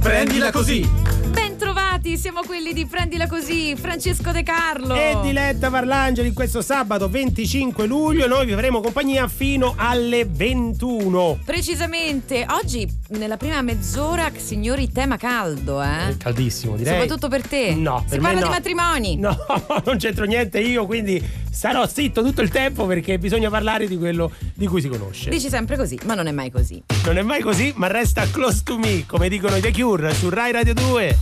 Prendila così. Bentrovati, siamo quelli di Prendila Così, Francesco De Carlo e Diletta Parlangeli. Questo sabato 25 luglio noi vi faremo compagnia fino alle 21. Precisamente, oggi nella prima mezz'ora, signori, tema caldo, Caldissimo, direi. Soprattutto per te. No, si per parla me no. di matrimoni. No, non c'entro niente io, quindi starò zitto tutto il tempo perché bisogna parlare di quello di cui si conosce. Dici sempre così, ma non è mai così. Non è mai così, ma resta close to me, come dicono i The Cure su Rai Radio 2.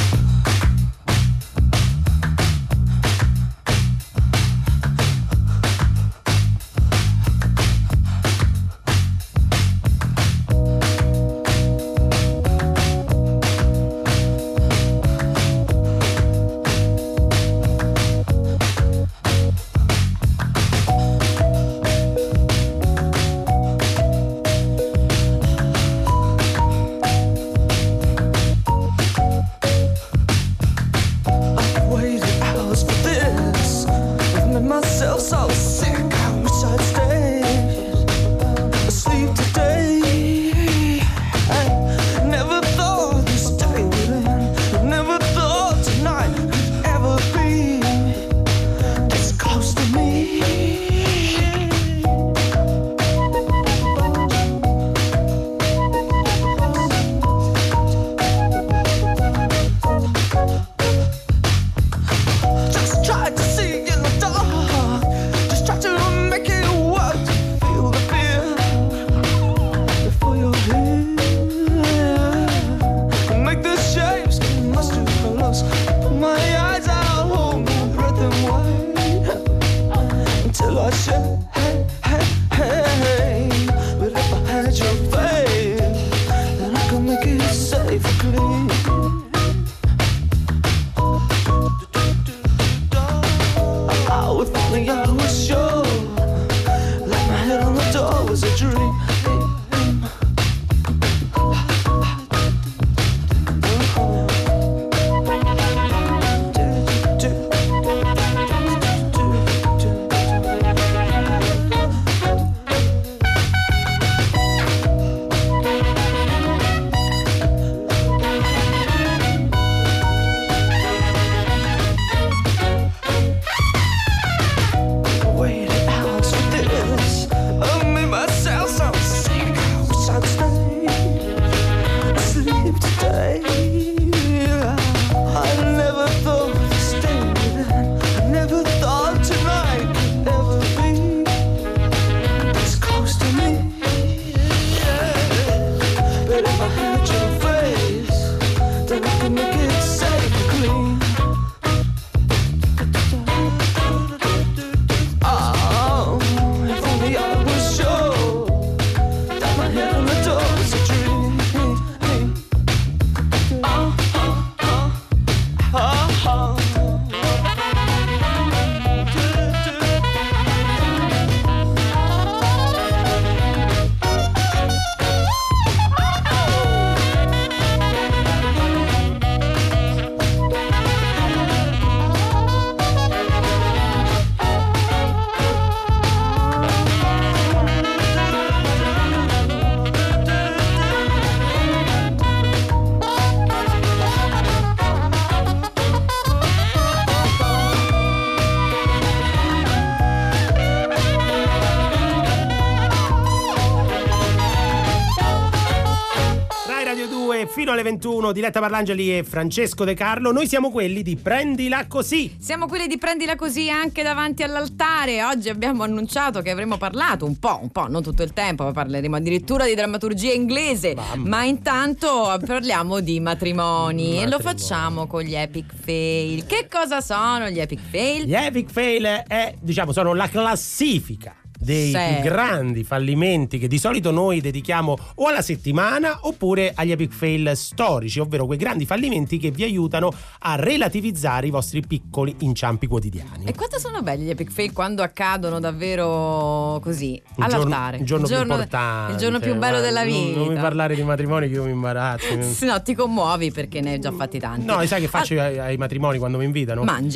Fino alle 21, Diletta Parlangeli e Francesco De Carlo. Noi siamo quelli di Prendila Così. Siamo quelli di Prendila Così anche davanti all'altare. Oggi abbiamo annunciato che avremmo parlato un po', non tutto il tempo, parleremo addirittura di drammaturgia inglese. Ma intanto parliamo di matrimoni e lo facciamo con gli epic fail. Che cosa sono gli epic fail? Gli epic fail sono la classifica dei più grandi fallimenti che di solito noi dedichiamo o alla settimana oppure agli epic fail storici, ovvero quei grandi fallimenti che vi aiutano a relativizzare i vostri piccoli inciampi quotidiani. E quanto sono belli gli epic fail quando accadono davvero così, all'altare. Il giorno più importante, il giorno più bello della vita. Non mi parlare di matrimoni che io mi imbarazzo. No, ti commuovi perché ne hai già fatti tanti. No, sai che faccio ai matrimoni quando mi invitano? Mangi.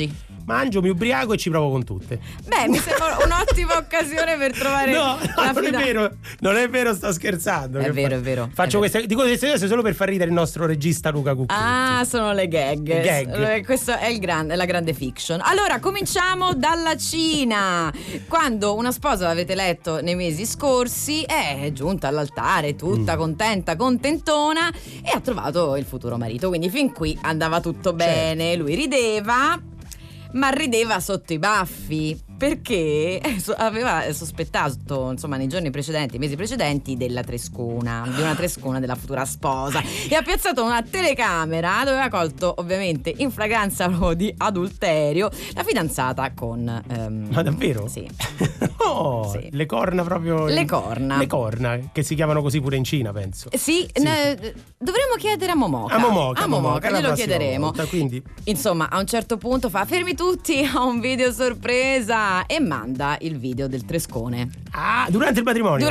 mangio, mi ubriaco e ci provo con tutte. Beh, mi sembra un'ottima occasione per trovare no, la non è vero, sto scherzando. È vero. Faccio dico queste cose solo per far ridere il nostro regista Luca Cucchetti. Ah, sono le gag. Questo è la grande fiction. Allora, cominciamo dalla Cina. Quando una sposa, avete letto nei mesi scorsi, è giunta all'altare tutta contenta, contentona, e ha trovato il futuro marito. Quindi fin qui andava tutto bene. Lui rideva, ma rideva sotto i baffi, perché aveva sospettato, insomma, nei giorni precedenti, mesi precedenti, di una trescona della futura sposa, e ha piazzato una telecamera dove aveva colto, ovviamente in flagranza di adulterio, la fidanzata con ma davvero? Sì. Oh, sì. Le corna proprio. Le corna, che si chiamano così pure in Cina, penso. Sì. Dovremmo chiedere a Momoka. A Momoka glielo chiederemo. Volta, quindi. Insomma, a un certo punto fa: fermi tutti, ho un video sorpresa, e manda il video del trescone. Durante il matrimonio.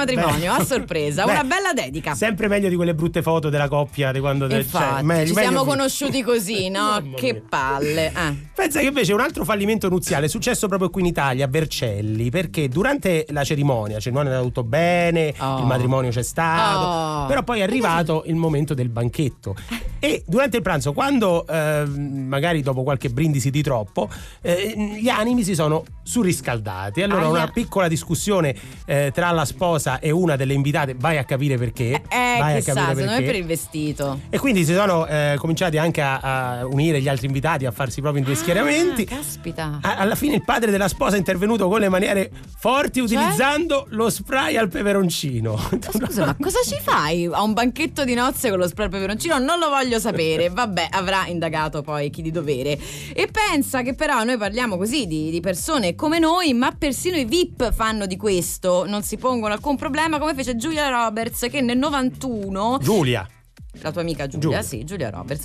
A sorpresa. Una bella dedica. Sempre meglio di quelle brutte foto della coppia di quando infatti, ci siamo conosciuti così, no? Che palle. Pensa che invece un altro fallimento nuziale è successo proprio qui in Italia, a Vercelli, perché durante la cerimonia è andato tutto bene, il matrimonio c'è stato, però poi è arrivato il momento del banchetto, e durante il pranzo, quando magari dopo qualche brindisi di troppo, gli animi si sono surriscaldati. Allora una piccola discussione tra la sposa e una delle invitate, vai a capire perché. Chissà, secondo me per il vestito. E quindi si sono cominciati anche a unire gli altri invitati, a farsi proprio in due schieramenti. Caspita. Alla fine il padre della sposa è intervenuto con le maniere forti, utilizzando lo spray al peperoncino. Scusa, ma cosa ci fai a un banchetto di nozze con lo spray al peperoncino? Non lo voglio sapere. Vabbè, avrà indagato poi chi di dovere. E pensa che però noi parliamo così di persone come noi, ma persino i VIP fanno di questo, non si pongono alcun problema, come fece Julia Roberts, che nel 91 la tua amica Giulia. Sì, Julia Roberts,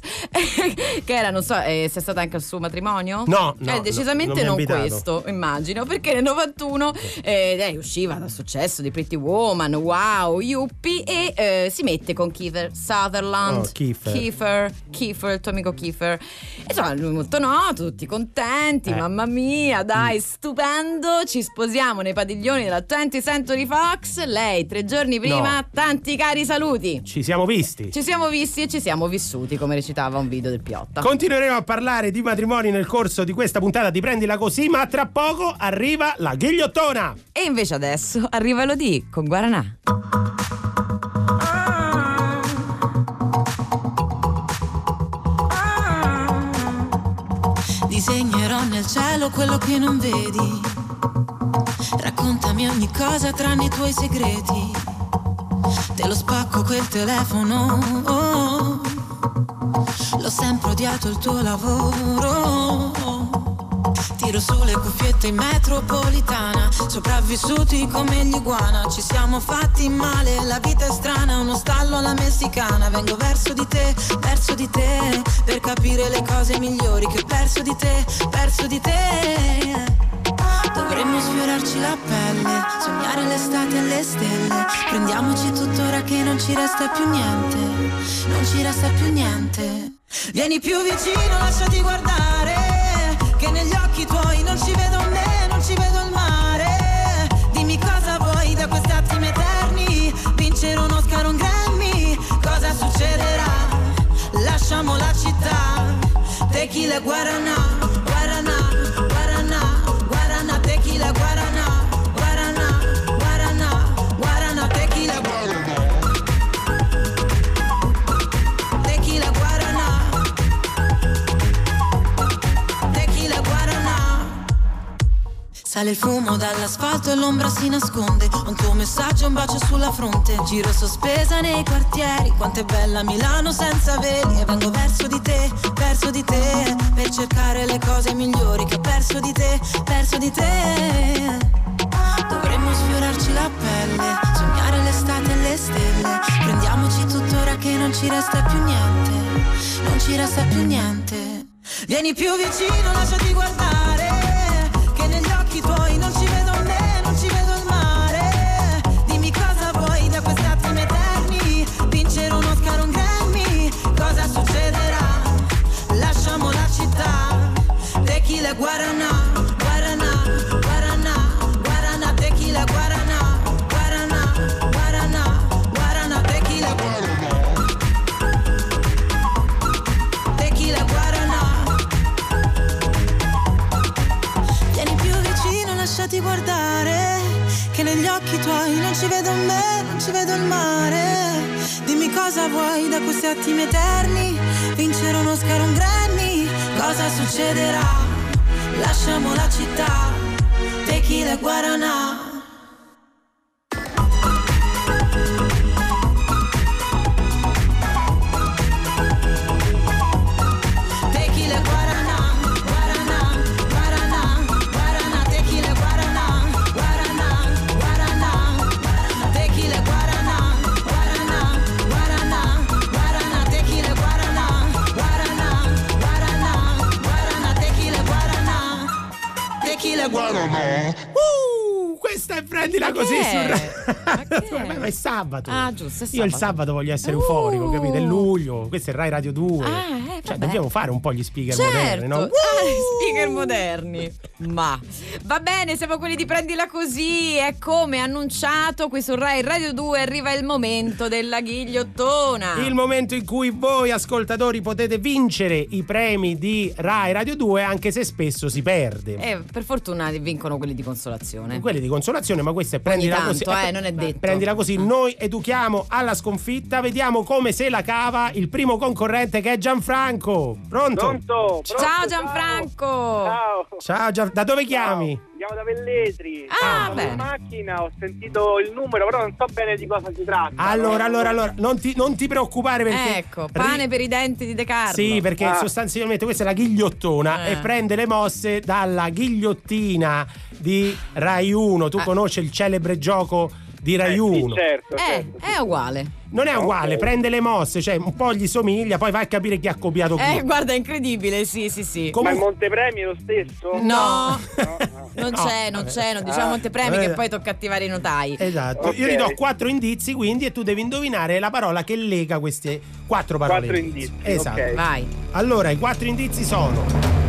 che era, non so, sei stata anche al suo matrimonio? No, decisamente non questo, immagino, perché nel 91 lei usciva dal successo di Pretty Woman, wow, yuppie, e si mette con Kiefer Sutherland. Kiefer, il tuo amico Kiefer. Insomma, lui molto noto, tutti contenti, mamma mia, dai, stupendo, ci sposiamo nei padiglioni della 20th Century Fox. Lei 3 giorni prima, tanti cari saluti. Ci siamo visti e ci siamo vissuti, come recitava un video del Piotta. Continueremo a parlare di matrimoni nel corso di questa puntata di Prendila Così, ma tra poco arriva la ghigliottona. E invece adesso arriva Elodie con Guaranà. Disegnerò nel cielo quello che non vedi. Raccontami ogni cosa tranne i tuoi segreti. Te lo spacco quel telefono, l'ho sempre odiato il tuo lavoro. Tiro sulle cuffiette in metropolitana, sopravvissuti come gli iguana. Ci siamo fatti male, la vita è strana, uno stallo alla messicana. Vengo verso di te, per capire le cose migliori che ho perso di te. Dovremmo sfiorarci la pelle, sognare l'estate e le stelle. Prendiamoci tuttora che non ci resta più niente. Vieni più vicino, lasciati guardare, che negli occhi tuoi non ci vedo me, non ci vedo il mare. Dimmi cosa vuoi da questi attimi eterni, vincere un Oscar, un Grammy, cosa succederà? Lasciamo la città, tequila guaraná, guaraná, guaraná, guaraná, tequila guaraná, guaraná, guaraná, guaraná, tequila guaraná, tequila guaraná, tequila guaraná. Sale il fumo dall'asfalto e l'ombra si nasconde. Un tuo messaggio, un bacio sulla fronte. Giro sospesa nei quartieri. Quanto è bella Milano senza veli. E vengo verso di te, per cercare le cose migliori che ho perso di te. Dovremmo sfiorarci la pelle, sognare l'estate e le stelle. Prendiamoci tuttora che non ci resta più niente. Vieni più vicino, lasciati guardare, che negli occhi tuoi non ci vedo me, non ci vedo il mare. Dimmi cosa vuoi da questi attimi eterni, vincere un Oscar, un Grammy, cosa succederà? Lasciamo la città, tequila guaraná. Cosa vuoi da questi attimi eterni? Vincere un Oscar, un Grammy? Cosa succederà? Lasciamo la città, tequila e guaranà. Questa è prendila così ma è sabato. Ah, giusto, è sabato. Io il sabato voglio essere euforico, capito? È luglio, questo è Rai Radio 2. Cioè, dobbiamo fare un po' gli speaker moderni, no? Speaker moderni. Ma va bene, siamo quelli di Prendila Così. E come annunciato qui su Rai Radio 2 arriva il momento della ghigliottona. Il momento in cui voi ascoltatori potete vincere i premi di Rai Radio 2, anche se spesso si perde. Per fortuna vincono quelli di consolazione. Quelli di consolazione, ma questa è prendila tanto, così. Non è detto. Prendila così, noi educhiamo alla sconfitta, vediamo come se la cava il primo concorrente, che è Gianfranco. Pronto? Ciao Gianfranco. Ciao, da dove chiami? Chiamo da Velletri. Bene. In macchina ho sentito il numero, però non so bene di cosa si tratta. Allora, non ti preoccupare, perché ecco, pane per i denti di De Carlo. Sì, perché sostanzialmente questa è la ghigliottona e prende le mosse dalla ghigliottina di Rai 1. Tu conosci il celebre gioco di Rai 1? Sì, certo. È uguale. Non è uguale, prende le mosse, cioè un po' gli somiglia, poi vai a capire chi ha copiato chi. Guarda, è incredibile, sì. Ma il Montepremi è lo stesso? No. Non c'è, non diciamo Montepremi, che poi tocca attivare i notai. Esatto. Okay. Io ti do 4 indizi, quindi, e tu devi indovinare la parola che lega queste 4 parole. 4 indizi. Esatto. Okay. Vai. Allora, i 4 indizi sono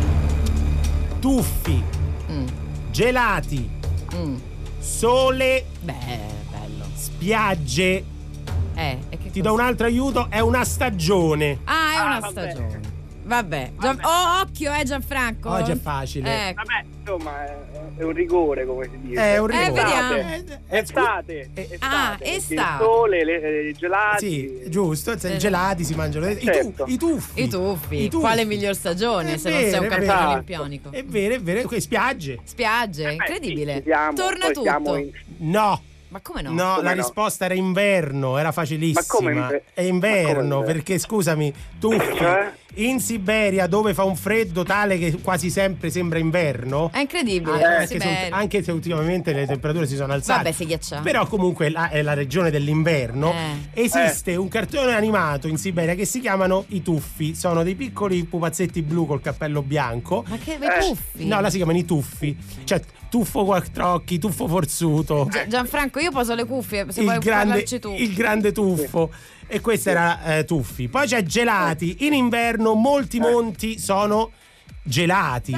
tuffi, gelati, sole, bello. spiagge. E che Ti do un altro aiuto, è una stagione. è una stagione. Vabbè. Occhio, Gianfranco. Oggi è facile. Ecco. Vabbè, insomma, è un rigore, come si dice. È un rigore. Vediamo. Estate. Estate. Il sole, i gelati. Sì, giusto, i gelati si mangiano. Certo. I tuffi. I tuffi. Quale miglior stagione se non sei un campione olimpionico? È vero. Spiagge. Spiagge, incredibile. Torna tutto. No. Ma come no? No, come la no? risposta era inverno, era facilissima. Ma come è inverno, perché scusami, tuffi in Siberia, dove fa un freddo tale che quasi sempre sembra inverno. È incredibile. Anche se ultimamente le temperature si sono alzate. Vabbè, si ghiaccia. Però comunque è la regione dell'inverno. Esiste un cartone animato in Siberia che si chiamano i Tuffi. Sono dei piccoli pupazzetti blu col cappello bianco. Ma che tuffi? No, la si chiamano i Tuffi. Cioè, tuffo quattrocchi, tuffo forzuto. Gianfranco, io poso le cuffie se vuoi grande, parlarci tu. il grande tuffo. E questo era Tuffi. Poi c'è gelati. In inverno molti monti sono gelati.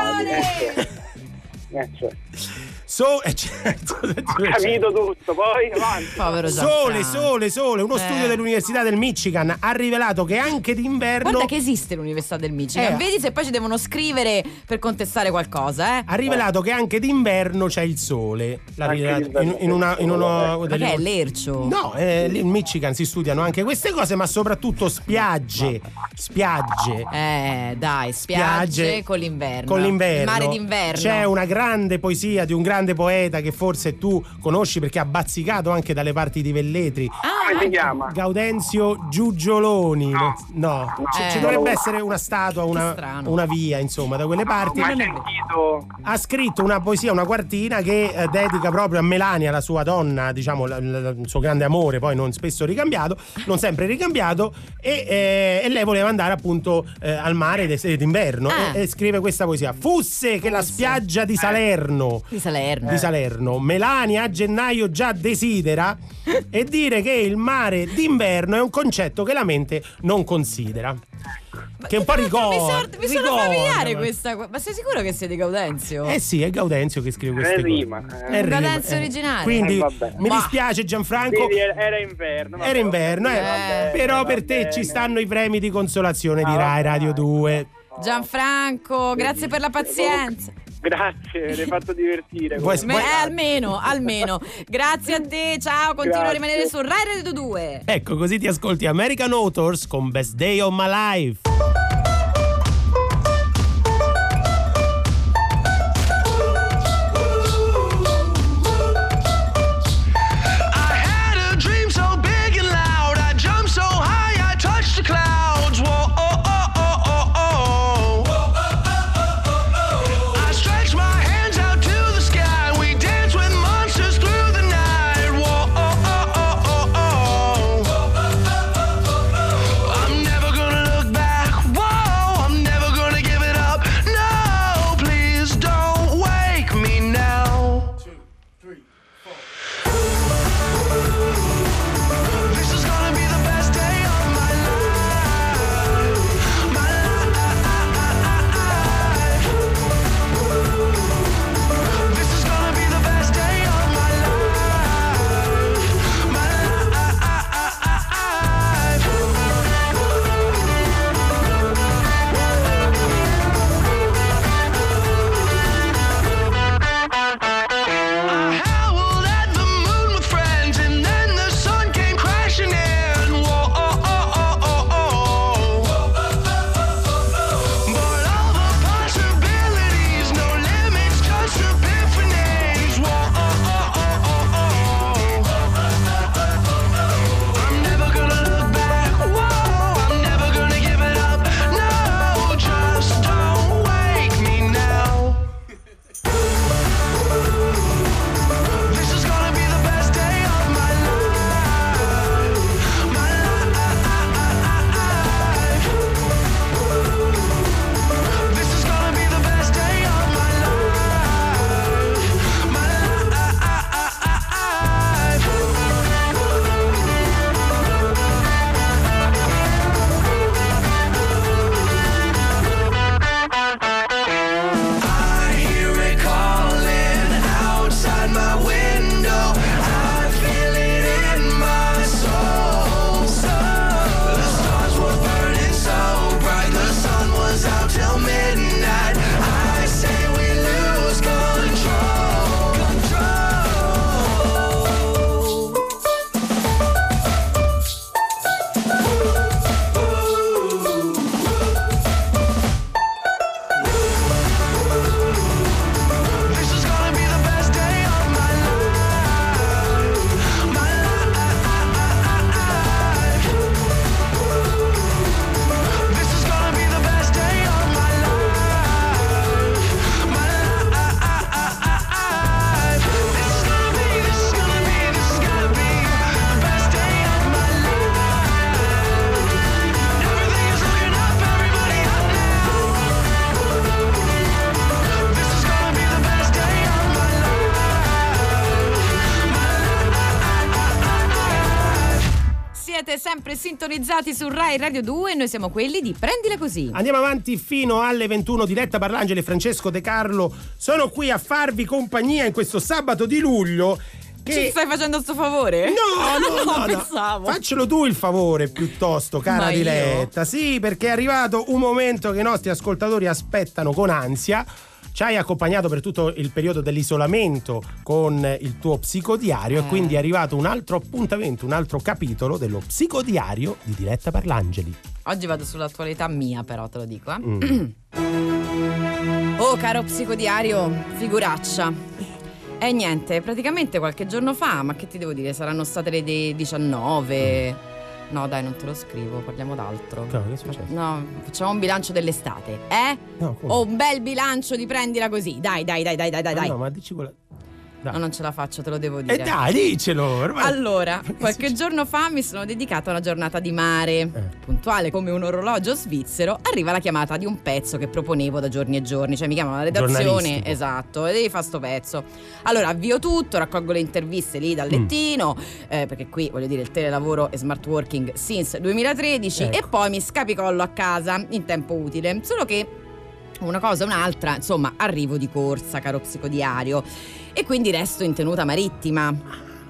Capito tutto, poi avanti. Povero Sole. Uno studio dell'Università del Michigan ha rivelato che anche d'inverno. Guarda che esiste l'Università del Michigan. Vedi se poi ci devono scrivere per contestare qualcosa, Ha rivelato che anche d'inverno c'è il sole. L'ha rivelato in una Ma che è lercio? No, in Michigan si studiano anche queste cose, ma soprattutto spiagge. Dai, spiagge con l'inverno. Il mare d'inverno. C'è una grande poesia di un grande poeta che forse tu conosci perché ha bazzicato anche dalle parti di Velletri. Come si chiama? Gaudenzio Giugioloni. No. Ci dovrebbe essere una statua, una via, insomma, da quelle parti. Ha scritto una poesia, una quartina che dedica proprio a Melania, la sua donna, diciamo, il suo grande amore, poi non sempre ricambiato, e lei voleva andare appunto al mare d'inverno e scrive questa poesia. Fusse che la spiaggia di Salerno Melania a gennaio già desidera, e dire che il mare d'inverno è un concetto che la mente non considera. Che un po' ricorda. Mi sono familiare questa. Ma sei sicuro che sia di Gaudenzio? Sì, è Gaudenzio che scrive queste cose. È Gaudenzio originale. Quindi mi dispiace, Gianfranco. Era inverno. Però per te ci stanno i premi di consolazione di Rai Radio 2. Gianfranco, grazie per la pazienza. Grazie, mi hai fatto divertire. Almeno. Grazie a te, ciao, continua a rimanere su Rai Radio 2. Ecco, così ti ascolti American Authors con Best Day of My Life. Sempre sintonizzati su Rai Radio 2 e noi siamo quelli di Prendila Così. Andiamo avanti fino alle 21. Diletta Parlangeli e Francesco De Carlo sono qui a farvi compagnia in questo sabato di luglio. Ci stai facendo sto favore? No, pensavo. Faccelo tu il favore piuttosto, cara Diletta. Sì, perché è arrivato un momento che i nostri ascoltatori aspettano con ansia. Ci hai accompagnato per tutto il periodo dell'isolamento con il tuo psicodiario e quindi è arrivato un altro appuntamento, un altro capitolo dello psicodiario di Diletta Parlangeli. Oggi vado sull'attualità mia, però te lo dico, Oh, caro psicodiario, figuraccia. E niente, praticamente qualche giorno fa, ma che ti devo dire, saranno state le 19. No, dai, non te lo scrivo, parliamo d'altro. No, che è successo? No, facciamo un bilancio dell'estate, No, come? O un bel bilancio di Prendila Così. Dai. No, ma dici quella. No, non ce la faccio, te lo devo dire. Dai, dicelo ormai. Allora, qualche giorno fa mi sono dedicata a una giornata di mare. Puntuale come un orologio svizzero, arriva la chiamata di un pezzo che proponevo da giorni e giorni. Cioè mi chiamano la redazione, esatto, e devi fare sto pezzo. Allora avvio tutto, raccolgo le interviste lì dal lettino, perché qui voglio dire il telelavoro e smart working since 2013, e poi mi scapicollo a casa in tempo utile. Solo che una cosa, un'altra, insomma, arrivo di corsa, caro psicodiario, e quindi resto in tenuta marittima.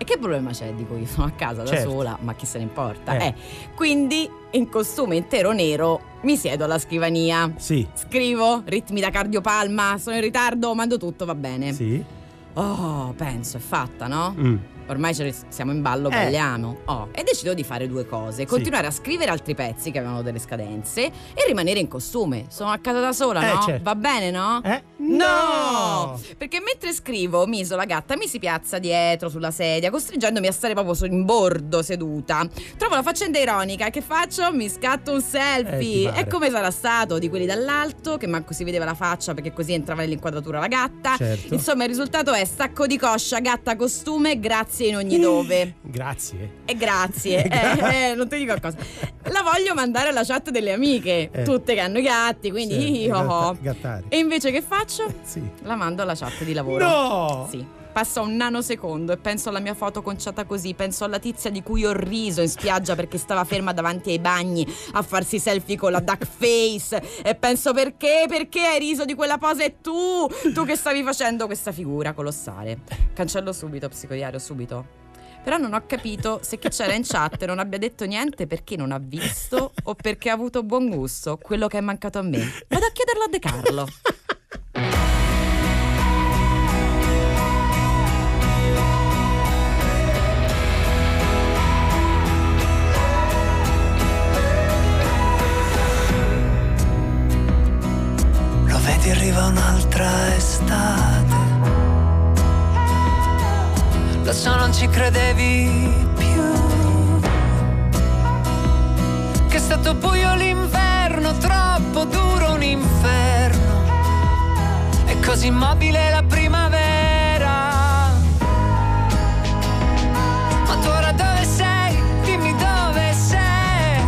E che problema c'è? Dico io, sono a casa da sola, ma chi se ne importa? Quindi in costume intero nero mi siedo alla scrivania. Sì. Scrivo, ritmi da cardiopalma, sono in ritardo, mando tutto, va bene. Sì. Oh, penso, è fatta, no? Ormai siamo in ballo, balliamo. E decido di fare due cose: continuare a scrivere altri pezzi che avevano delle scadenze e rimanere in costume. Sono a casa da sola, no? Certo. Va bene, no? No! Perché mentre scrivo, Miso, la gatta, mi si piazza dietro sulla sedia, costringendomi a stare proprio in bordo seduta. Trovo la faccenda ironica e che faccio? Mi scatto un selfie. E come sarà stato? Di quelli dall'alto, che manco si vedeva la faccia perché così entrava nell'inquadratura la gatta. Certo. Insomma, il risultato è stacco di coscia, gatta costume, grazie in ogni dove. Grazie. E grazie. Non ti dico cosa. La voglio mandare alla chat delle amiche, tutte che hanno i gatti, quindi gattari. E invece che faccio? Sì. La mando alla chat di lavoro. No! Sì. Passa un nanosecondo e penso alla mia foto conciata così, penso alla tizia di cui ho riso in spiaggia perché stava ferma davanti ai bagni a farsi selfie con la duck face, e penso perché hai riso di quella posa, e tu che stavi facendo questa figura colossale. Cancello subito, psicodiario, subito. Però non ho capito se chi c'era in chat non abbia detto niente perché non ha visto o perché ha avuto buon gusto, quello che è mancato a me. Vado a chiederlo a De Carlo. Lo vedi, arriva un'altra estate, lo so, non ci credevi più, che è stato buio l'inverno, troppo duro un inferno, è così immobile la primavera. Ma tu ora dove sei? Dimmi dove sei,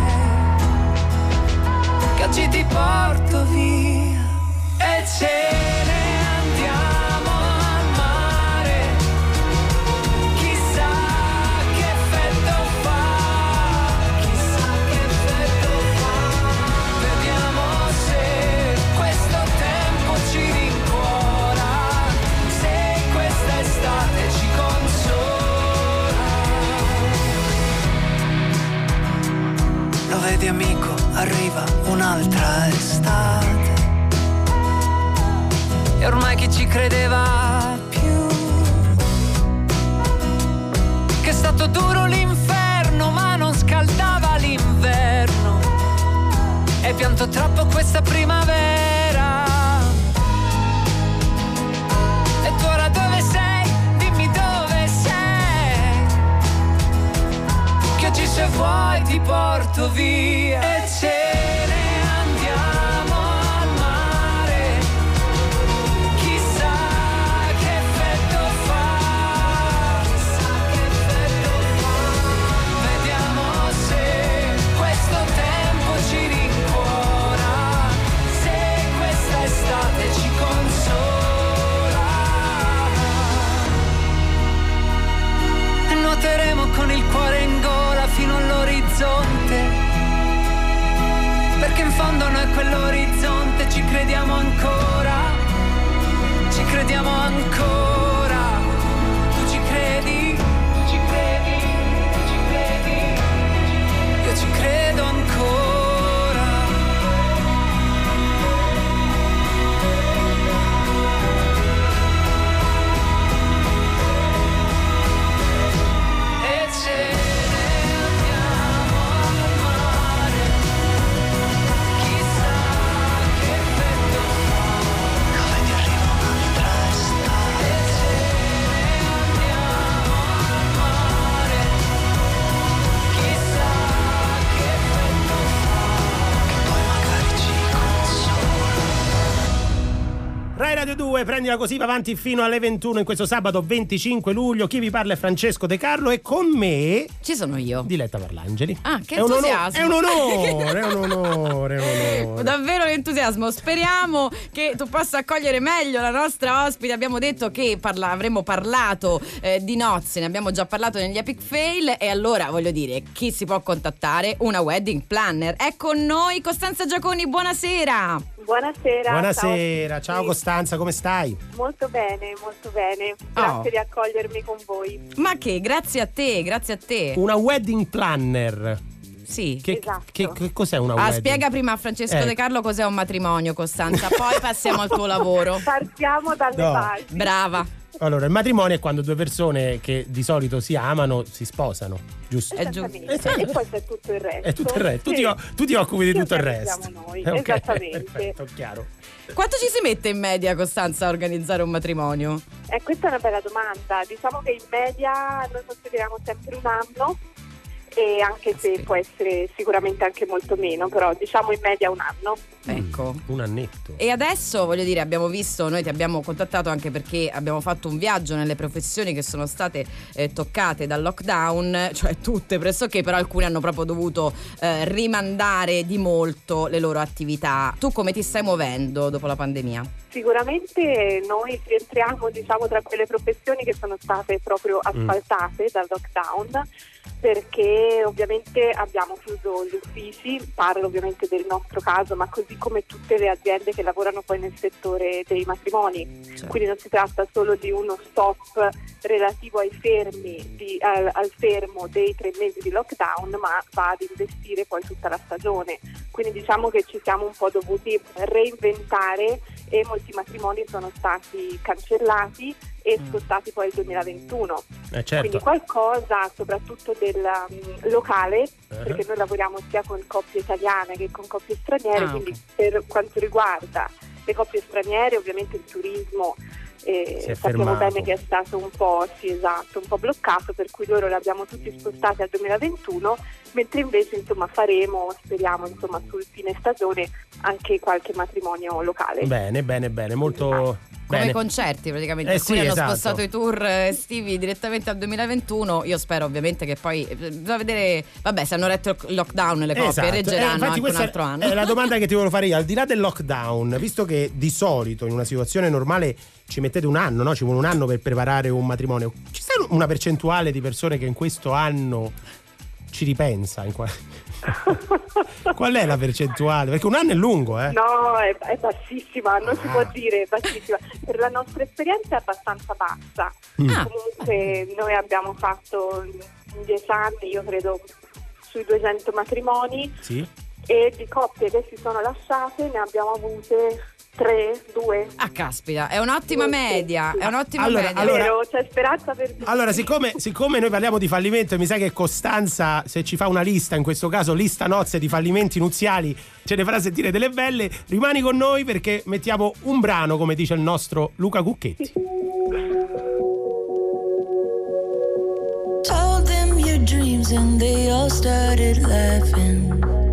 che oggi ti porto via e ce ne andiamo al mare. Chissà che effetto fa, chissà che effetto fa. Vediamo se questo tempo ci rincuora, se questa estate ci consola. Lo vedi, amico, arriva un'altra estate, e ormai chi ci credeva più, che è stato duro l'inferno ma non scaldava l'inverno, e pianto troppo questa primavera. E tu ora dove sei? Dimmi dove sei, che oggi se vuoi ti porto via e ce ne andiamo al mare. Chissà che effetto fa, chissà che effetto fa. Vediamo se questo tempo ci rincuora, se questa estate ci consola. E nuoteremo con il cuore in gola fino all'orizzonte, perché in fondo noi quell'orizzonte ci crediamo ancora, ci crediamo ancora. Tu ci credi, tu ci credi, tu ci credi, io ci credo ancora. E ce ne andiamo al mare, chissà che effetto fa. Lo vedi, arriva un'altra estate, e ce ne andiamo al mare, chissà che effetto fa, che poi magari ci consola. Rai Radio 2, prendila così, va avanti fino alle 21 in questo sabato 25 luglio. Chi vi parla è Francesco De Carlo e con me Ci sono io. Diletta Parlangeli. Ah, che È un entusiasmo. È un onore, è un onore. Davvero entusiasmo. Speriamo che tu possa accogliere meglio la nostra ospite. Abbiamo detto che avremmo parlato di nozze, ne abbiamo già parlato negli Epic Fail, e allora voglio dire, chi si può contattare? Una wedding planner. È con noi Costanza Giaconi, buonasera. Buonasera. Buonasera, ciao Costanza, come stai? Molto bene, molto bene. Grazie di accogliermi con voi. Ma che, grazie a te. Una wedding planner. Sì. Esatto. Che cos'è una wedding? Spiega prima a Francesco De Carlo cos'è un matrimonio, Costanza, poi passiamo al tuo lavoro. Partiamo dalle basi. Brava. Allora, il matrimonio è quando due persone che di solito si amano si sposano, giusto? Esattamente. E poi c'è tutto il resto. È tutto il resto. Tu ti occupi di tutto il resto. Noi. Okay, esattamente. Perfetto, chiaro. Quanto ci si mette in media, Costanza, a organizzare un matrimonio? Questa è una bella domanda. Diciamo che in media noi consideriamo sempre un anno. E anche se può essere sicuramente anche molto meno, però diciamo in media un anno. Ecco. Un annetto. E adesso, voglio dire, abbiamo visto, noi ti abbiamo contattato anche perché abbiamo fatto un viaggio nelle professioni che sono state toccate dal lockdown, cioè tutte pressoché, però alcune hanno proprio dovuto rimandare di molto le loro attività. Tu come ti stai muovendo dopo la pandemia? Sicuramente noi rientriamo, diciamo, tra quelle professioni che sono state proprio asfaltate dal lockdown, perché ovviamente abbiamo chiuso gli uffici, parlo ovviamente del nostro caso, ma così come tutte le aziende che lavorano poi nel settore dei matrimoni. Certo. Quindi non si tratta solo di uno stop relativo ai fermi, al fermo dei 3 mesi di lockdown, ma va ad investire poi tutta la stagione. Quindi diciamo che ci siamo un po' dovuti reinventare e molti matrimoni sono stati cancellati e spostati poi al 2021. Certo. Quindi qualcosa soprattutto del locale, perché noi lavoriamo sia con coppie italiane che con coppie straniere, quindi per quanto riguarda le coppie straniere ovviamente il turismo sappiamo bene che è stato un po' un po' bloccato, per cui loro li abbiamo tutti spostati al 2021, mentre invece speriamo sul fine stagione anche qualche matrimonio locale. Bene, molto come i concerti praticamente, alcuni hanno spostato i tour estivi direttamente al 2021. Io spero ovviamente che poi da vedere, se hanno retto il lockdown le coppie reggeranno anche un altro anno. È la domanda che ti volevo fare io, al di là del lockdown, visto che di solito in una situazione normale ci mettete un anno, no? Ci vuole un anno per preparare un matrimonio, ci sta una percentuale di persone che in questo anno ci ripensa Qual è la percentuale? Perché un anno è lungo, No, è bassissima, non si può dire, è bassissima. Per la nostra esperienza è abbastanza bassa. Comunque noi abbiamo fatto in 10 anni, io credo, sui 200 matrimoni. Sì. E di coppie che si sono lasciate ne abbiamo avute 2. Ah, caspita, è un'ottima media. È un'ottima media. Allora, c'è speranza per tutti. Allora, siccome noi parliamo di fallimento e mi sa che Costanza, se ci fa una lista, in questo caso lista nozze di fallimenti nuziali, ce ne farà sentire delle belle, rimani con noi perché mettiamo un brano, come dice il nostro Luca Cucchetti. Told them your dreams and they all started laughing.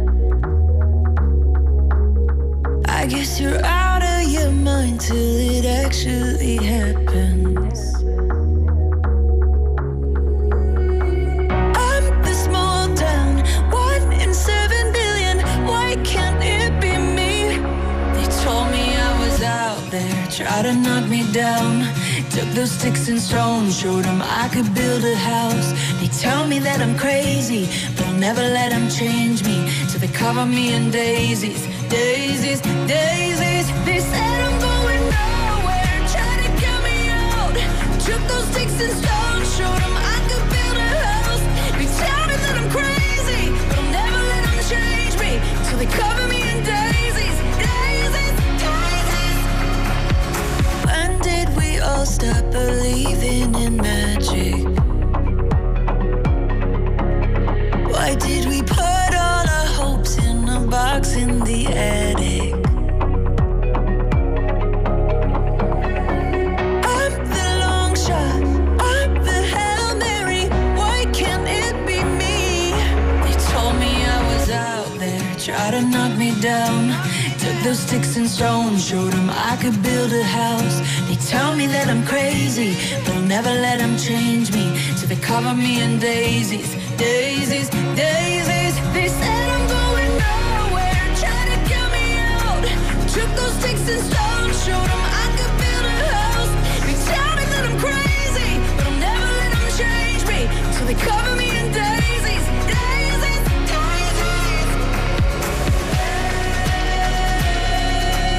I guess you're out of your mind till it actually happens. I'm the small town, 1 in 7 billion. Why can't it be me? They told me I was out there, tried to knock me down. Took those sticks and stones, showed them I could build a house. They tell me that I'm crazy, but I'll never let them change me. So they cover me in daisies. Daisies, daisies. They said I'm going nowhere, try to get me out. Took those sticks and stones, showed them I could build a house. They tell me that I'm crazy, but I'll never let them change me. So they cover me in daisies, daisies, daisies. When did we all stop believing in magic? Why did we put all our hopes in a box in the attic? I'm the long shot, I'm the Hail Mary. Why can't it be me? They told me I was out there, tried to knock me down. Took those sticks and stones, showed them I could build a house. They tell me that I'm crazy, but I'll never let them change me. So they cover me in daisies, daisies, daisies. They said I'm going nowhere, try to get me out. Took those sticks and stones, showed them I could build a house. They tell me that I'm crazy, but I'll never let them change me. So they cover me in daisies, daisies, daisies.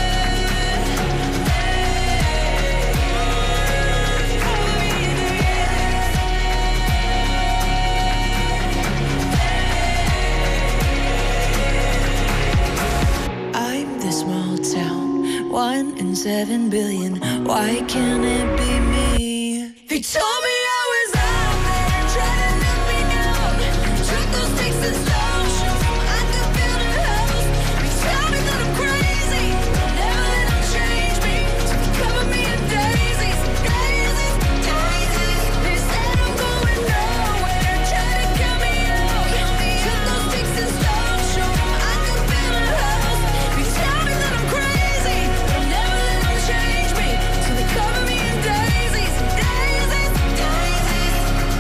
7 billion. Why can't it be me? He told me I was out there trying to knock me down. Took those sticks and stones, showed him I could build a house. He told me that I'm crazy, never let him change me. So he covered me in daisies, daisies, daisies. He said I'm going nowhere, trying to kill me out. Took those sticks and stones, showed him I could build a house. He told me that I'm crazy, never let him change me. So they cover me in daisies, daisies, daisies.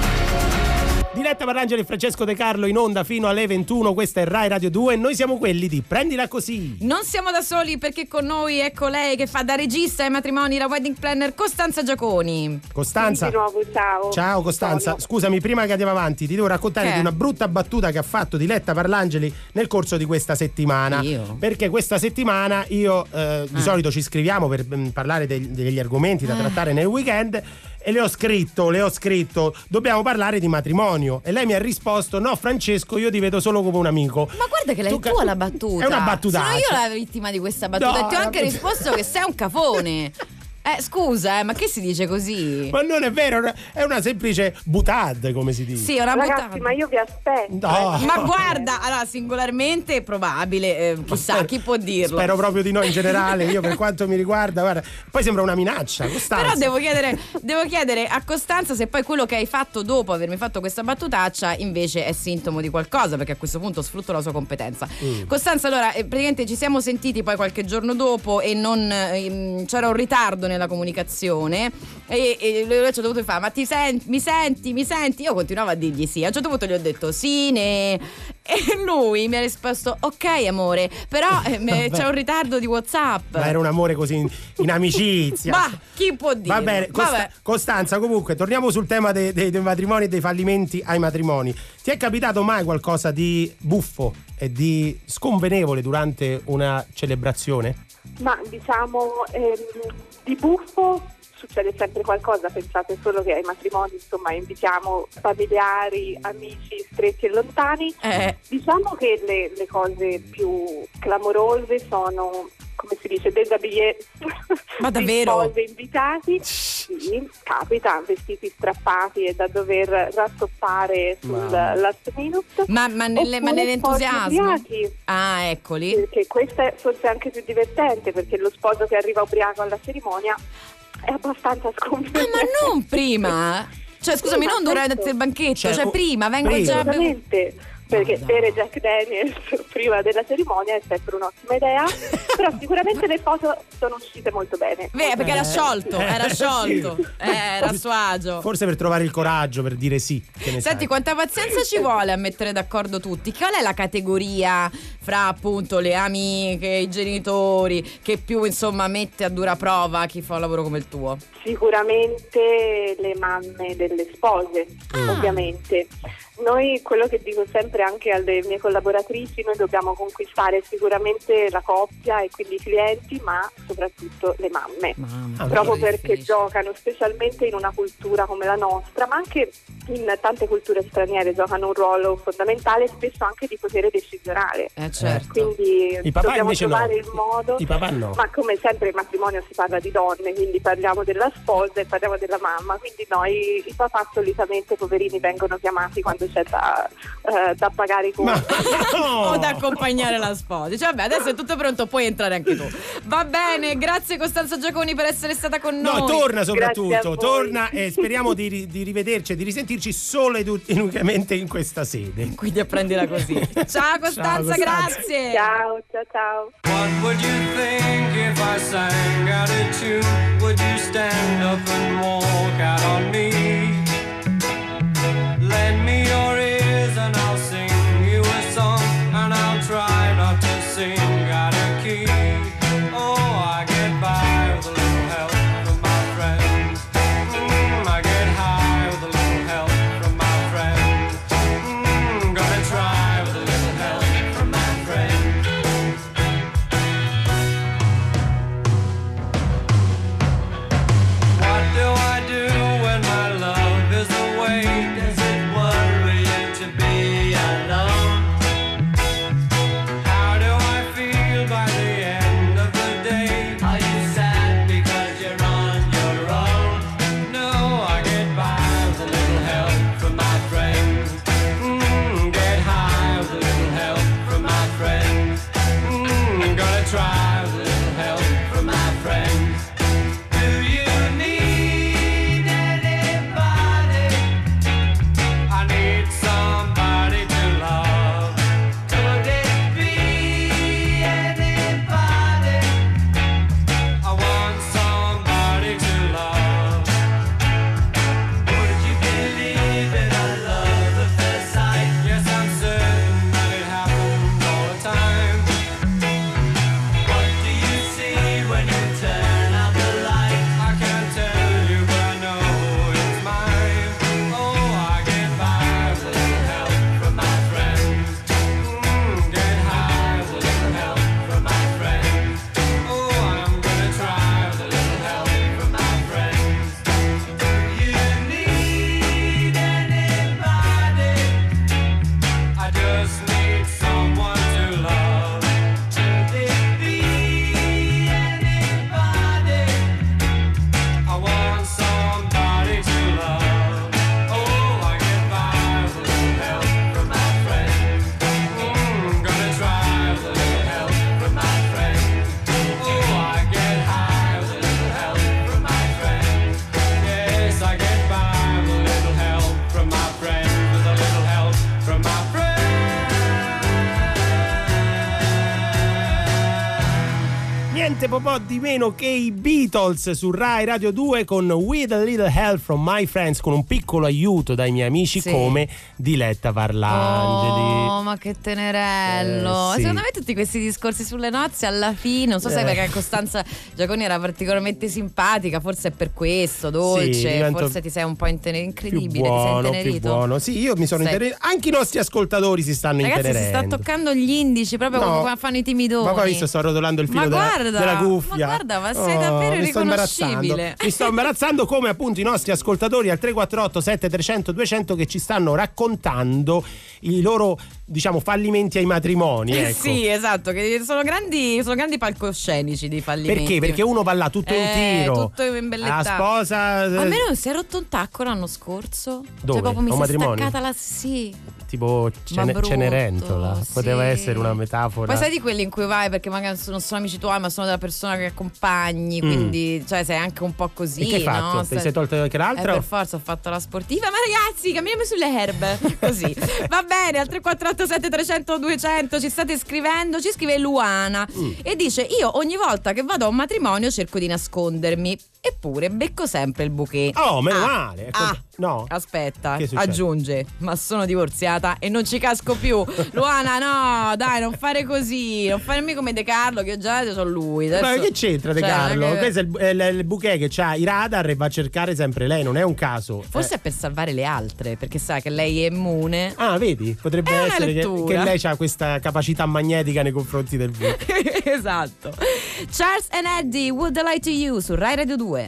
Diletta Parlangeli e Francesco De Carlo in onda fino alle 21. Questa è Rai Radio 2 e noi siamo quelli di Prendila Così. Non siamo da soli, perché con noi ecco lei che fa da regista ai matrimoni, la wedding planner Costanza Giaconi. Costanza. Di nuovo, ciao. Ciao Costanza, Ciao. scusami, prima che andiamo avanti ti devo raccontare Che? di una brutta battuta che ha fatto Diletta Parlangeli nel corso di questa settimana. Io? Perché questa settimana io di solito ci scriviamo per parlare degli argomenti da trattare nel weekend e le ho scritto, dobbiamo parlare di matrimonio, e lei mi ha risposto: no Francesco, io ti vedo solo come un amico. Ma guarda che lei Tu tua la battuta. È una battutaccia. Sono io la vittima di questa battuta, No, e ti ho anche la- risposto che sei un cafone. Scusa, ma che si dice così? Ma non è vero, è una semplice boutade, come si dice. Sì, è una Ragazzi, buttata. ma io vi aspetto. No. Ma guarda, allora singolarmente è probabile, chissà, chi può dirlo. Spero proprio di no in generale. Io per quanto mi riguarda, guarda, poi sembra una minaccia, Costanza. Però devo chiedere a Costanza se poi quello che hai fatto dopo avermi fatto questa battutaccia invece è sintomo di qualcosa, perché a questo punto sfrutto la sua competenza. Costanza, allora, praticamente ci siamo sentiti poi qualche giorno dopo e non c'era un ritardo nella comunicazione e lui ci ho dovuto fare: ma mi senti? Io continuavo a dirgli sì. A un certo punto gli ho detto sì, ne. E lui mi ha risposto: ok amore, però c'è un ritardo di WhatsApp. Ma era un amore così in amicizia. Ma chi può dire? Va bene, Vabbè. Costanza, comunque torniamo sul tema dei matrimoni e dei fallimenti ai matrimoni. Ti è capitato mai qualcosa di buffo e di sconvenevole durante una celebrazione? Ma diciamo, di buffo succede sempre qualcosa. Pensate solo che ai matrimoni, insomma, invitiamo familiari, amici stretti e lontani. Diciamo che le cose più clamorose sono, come si dice, déshabillé. Ma davvero? Di spose invitati. Sì, capita, vestiti strappati e da dover rattoppare sul last minute. Ma nell'entusiasmo? Sposi ubriachi. Ah, eccoli. Perché questa è forse anche più divertente, perché lo sposo che arriva ubriaco alla cerimonia è abbastanza sconvolgente. Ma non prima? Cioè, scusami, Sì, non ma durante certo. il banchetto, Cioè, cioè prima, vengo prima. già Assolutamente, perché bere Jack Daniels prima della cerimonia è sempre un'ottima idea, però sicuramente le foto sono uscite molto bene. perché era sciolto, era a suo agio. Forse per trovare il coraggio per dire sì. Che ne Senti, sai? quanta pazienza ci vuole a mettere d'accordo tutti? Qual è la categoria fra appunto le amiche, i genitori, che più insomma mette a dura prova chi fa un lavoro come il tuo? Sicuramente le mamme delle spose, ovviamente. Noi, quello che dico sempre anche alle mie collaboratrici, noi dobbiamo conquistare sicuramente la coppia e quindi i clienti, ma soprattutto le mamme. Proprio perché giocano, specialmente in una cultura come la nostra, ma anche in tante culture straniere, giocano un ruolo fondamentale, spesso anche di potere decisionale. Certo. Quindi I papà dobbiamo invece trovare no. il modo. I papà no. Ma come sempre il matrimonio si parla di donne, quindi parliamo della sposa e parliamo della mamma, quindi noi i papà solitamente, poverini, vengono chiamati quando c'è da pagare i conti. O da accompagnare la sposa. Dice, vabbè, adesso è tutto pronto, puoi entrare anche tu. Va bene, grazie Costanza Giaconi per essere stata con noi. No, torna Grazie a soprattutto, voi. torna e speriamo di rivederci e di risentirci solo ed unicamente in questa sede. Quindi apprendila così. Ciao Costanza, Costanza. grazie. Ciao, ciao, ciao. What would you think if I sang out of tune? Would you stand up and walk out on me? Lend me your ears and I'll sing you a song, and I'll try not to sing out of key. Oh, I get by with a little help from my friends. I get high with a little help from my friends. Gonna try with a little help from my friends. What do I do when my love niente po' di meno che i Beatles su Rai Radio 2 con With a Little Help from My Friends, con un piccolo aiuto dai miei amici, sì, come Diletta Parlangeli. Oh, ma che tenerello. Sì. Secondo me tutti questi discorsi sulle nozze alla fine, non so se perché Costanza Giaconi era particolarmente simpatica, forse è per questo, dolce, sì, forse ti sei un po' incredibile, buono, ti sei intenerito. Più buono. Sì, io mi sono intenerito, anche i nostri ascoltatori si stanno intenerendo. Ragazzi, si sta toccando gli indici proprio come fanno i timidoni. Ma poi visto, sto rotolando il filo della cuffia. Ma guarda, ma sei davvero irriconoscibile. Mi sto imbarazzando come appunto i nostri ascoltatori al 348 7300 200 che ci stanno raccontando i loro, diciamo, fallimenti ai matrimoni, ecco. Sì, esatto, che sono grandi palcoscenici dei fallimenti. Perché? Perché uno va là tutto in tiro, tutto imbellettato. la sposa. A me non si è rotto un tacco l'anno scorso. Dove? Cioè proprio mi si è matrimonio? staccata la sì. Tipo Cenerentola, sì. Poteva essere una metafora. Poi sai di quelli in cui vai perché magari non sono amici tuoi, ma sono della persona che accompagni, quindi cioè sei anche un po' così. E che hai fatto? No? Ti sei tolto anche l'altro? Per forza ho fatto la sportiva. Ma ragazzi, camminiamo sulle erbe. Così. Va bene, al 3487 300 200 ci state scrivendo. Ci scrive Luana e dice: io ogni volta che vado a un matrimonio cerco di nascondermi, eppure becco sempre il bouquet. Oh, meno male. No. Aspetta, aggiunge: ma sono divorziata e non ci casco più. Luana, no, dai, non fare così, non farmi come De Carlo, che io già sono lui. Adesso, ma che c'entra De Carlo? Questo è il bouquet che c'ha i radar e va a cercare sempre lei, non è un caso. Forse è per salvare le altre, perché sa che lei è immune. Ah, vedi? Potrebbe essere che lei ha questa capacità magnetica nei confronti del bouquet. Esatto. Charles and Eddie, Would I Lie to You su Rai Radio 2.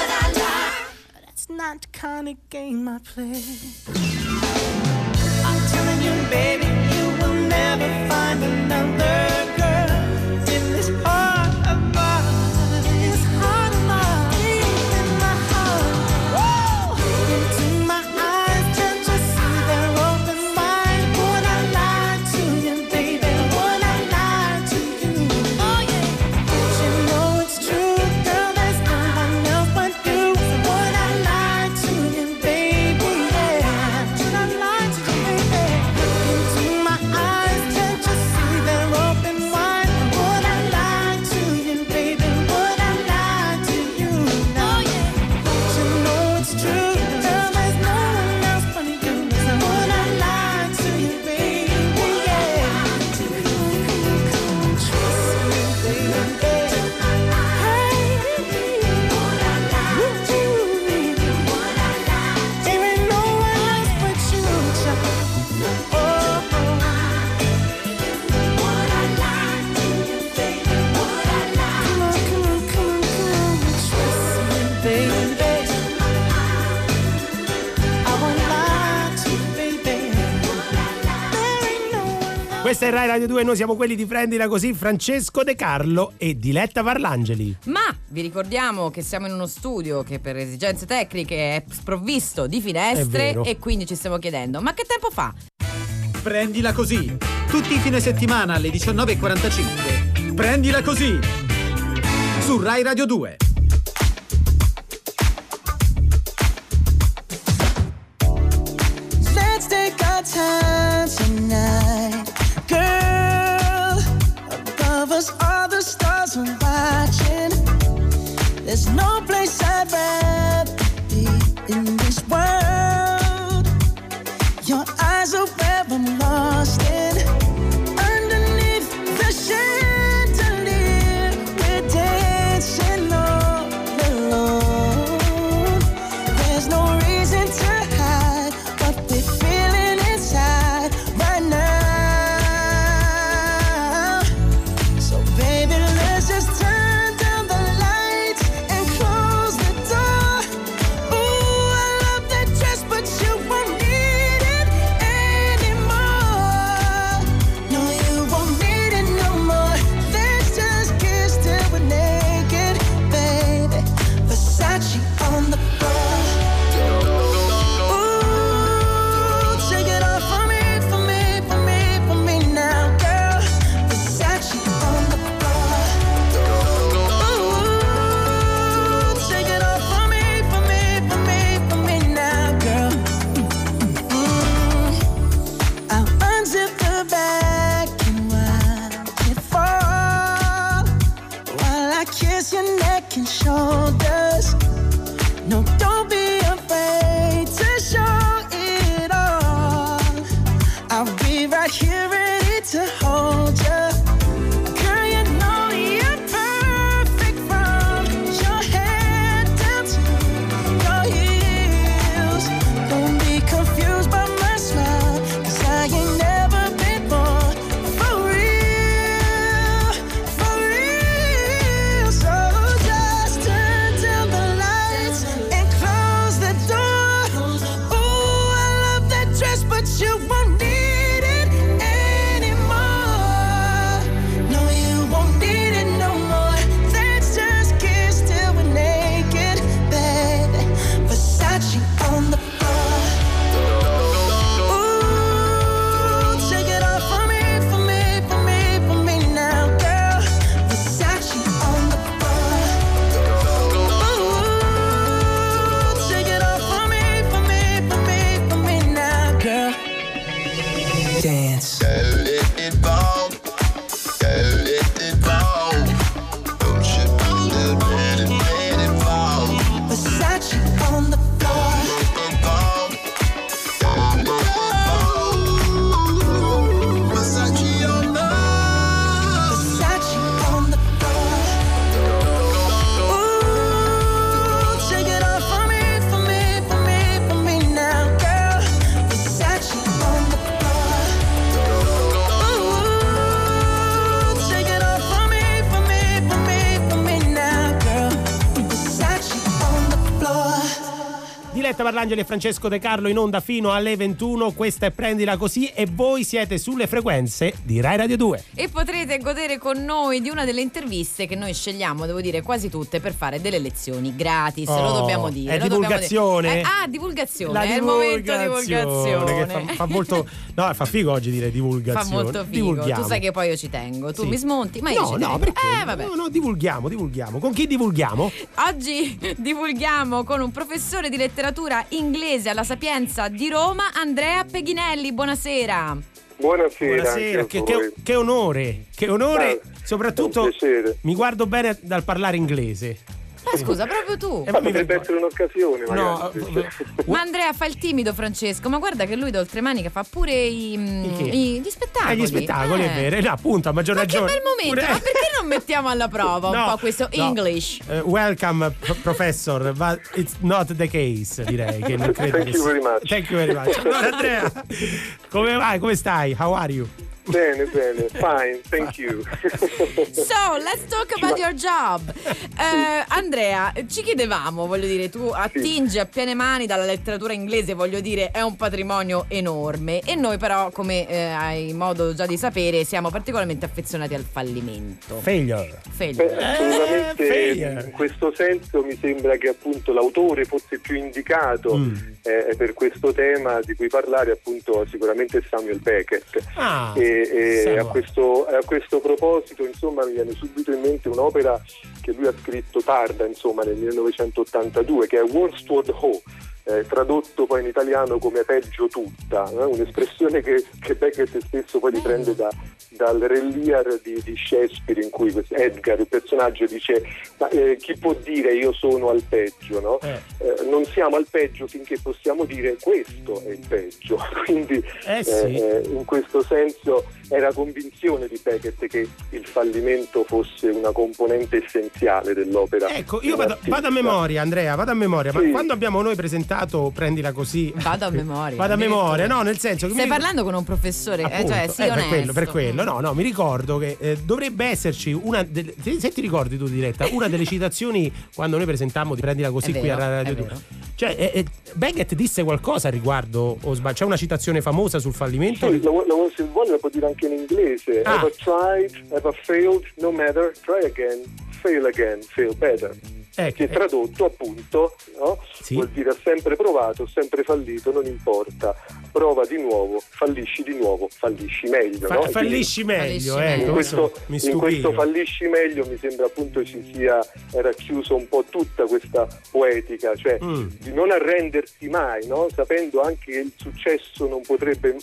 Kind of game I play. I telling you, baby, you will never find another girl in this heart of mine. This heart of mine, in my heart. Woo! Into my eyes, can't you see they're open wide? Would I lie to you, baby? Would I lie to you? Oh yeah. You know it's true, girl. There's no one else but you. Would I lie to you, baby? Yeah. Would I lie to you, baby? Into my eyes, can't you see they're open wide? Would I lie to you, baby? Would I lie to you? No, yeah. You know it's true, girl. There's no one else but you. So would I lie to you, baby? Yeah. Trust me, baby. Hey, would I lie to you? There ain't no one else but you, child. Oh, would I lie to you, baby? Would I lie? Come on, trust me, baby. I won't lie to you, baby. There ain't no one else. Questa è Rai Radio 2, noi siamo quelli di Prendila Così, Francesco De Carlo e Diletta Parlangeli. Ma vi ricordiamo che siamo in uno studio che per esigenze tecniche è sprovvisto di finestre È vero. e quindi ci stiamo chiedendo: ma che tempo fa? Prendila Così, tutti i fine settimana alle 19:45. Prendila Così, su Rai Radio 2. Let's take our time tonight, girl. Above us, all the stars are watching. There's no place I'd rather be in this world. Your eyes are where I'm lost in. Underneath the chandelier, we're dancing on. Diletta Parlangeli e Francesco De Carlo in onda fino alle 21. Questa è Prendila Così e voi siete sulle frequenze di Rai Radio 2. E potrete godere con noi di una delle interviste che noi scegliamo, devo dire quasi tutte, per fare delle lezioni gratis, lo dobbiamo dire. È divulgazione. Divulgazione, La è il momento divulgazione. Che fa molto, no, fa figo oggi dire divulgazione. Fa molto figo. Tu sai che poi io ci tengo, tu mi smonti, ma io ci tengo. Perché? Vabbè. No, divulghiamo. Con chi divulghiamo? Oggi divulghiamo con un professore di letteratura inglese alla Sapienza di Roma, Andrea Peghinelli. Buonasera. Buonasera. Che onore, soprattutto mi guardo bene dal parlare inglese. Ma scusa, proprio tu? Potrebbe essere un'occasione, no. Ma Andrea fa il timido, Francesco, ma guarda che lui d'oltremanica fa pure gli spettacoli. Gli spettacoli, è vero, appunto, a maggior ragione. Che bel momento, ma perché non mettiamo alla prova un po' questo English? Welcome, professor, but it's not the case, direi. Che non credo Thank you very much. Allora, Andrea, come vai? Come stai? How are you? Bene, fine, thank you. So, let's talk about your job. Andrea, ci chiedevamo, voglio dire, tu attingi a piene mani dalla letteratura inglese, voglio dire, è un patrimonio enorme e noi però, come hai modo già di sapere, siamo particolarmente affezionati al fallimento. Failure. Assolutamente, in questo senso mi sembra che appunto l'autore forse più indicato per questo tema di cui parlare appunto sicuramente Samuel Beckett. A questo proposito, insomma, mi viene subito in mente un'opera che lui ha scritto tarda, insomma, nel 1982, che è Worst Toward Ho, tradotto poi in italiano come peggio tutta, un'espressione che Beckett stesso poi riprende dal Re Lear di Shakespeare, in cui Edgar, il personaggio, dice chi può dire io sono al peggio, no? Non siamo al peggio finché possiamo dire questo è il peggio. Quindi in questo senso era convinzione di Beckett che il fallimento fosse una componente essenziale dell'opera. Ecco, io vado a memoria, Andrea, ma quando abbiamo noi presentato Prendila Così, vado a memoria, no, nel senso che stai parlando con un professore, appunto, cioè onesto. per quello, no, mi ricordo che dovrebbe esserci se ti ricordi tu, Diletta, una delle citazioni quando noi presentammo di Prendila Così qui a Radio 2. Cioè Beckett disse qualcosa a riguardo, o sbaglio? C'è una citazione famosa sul fallimento? Sì, se vuole la può dire anche in inglese. Ever tried, ever failed, no matter, try again, fail better. Che tradotto appunto, no? Sì. Vuol dire ha sempre provato, sempre fallito, non importa, prova di nuovo, fallisci meglio, no? Fallisci meglio, ecco. In questo fallisci meglio mi sembra appunto era chiuso un po' tutta questa poetica, cioè di non arrendersi mai, no? Sapendo anche che il successo potrebbe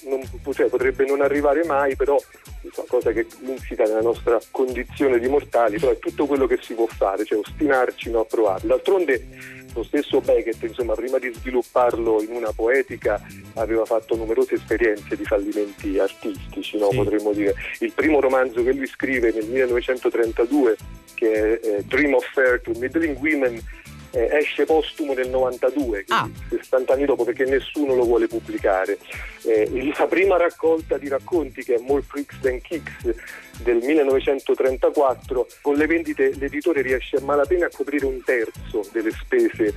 non arrivare mai, però cosa che insita nella nostra condizione di mortali, però è tutto quello che si può fare, cioè ostinarci a provarlo. D'altronde lo stesso Beckett, insomma, prima di svilupparlo in una poetica aveva fatto numerose esperienze di fallimenti artistici, no? Sì. Potremmo dire. Il primo romanzo che lui scrive nel 1932, che è Dream of Fair to Middling Women, esce postumo nel 92, 60 anni dopo, perché nessuno lo vuole pubblicare. La prima raccolta di racconti, che è More Freaks Than Kicks, del 1934, con le vendite l'editore riesce a malapena a coprire un terzo delle spese,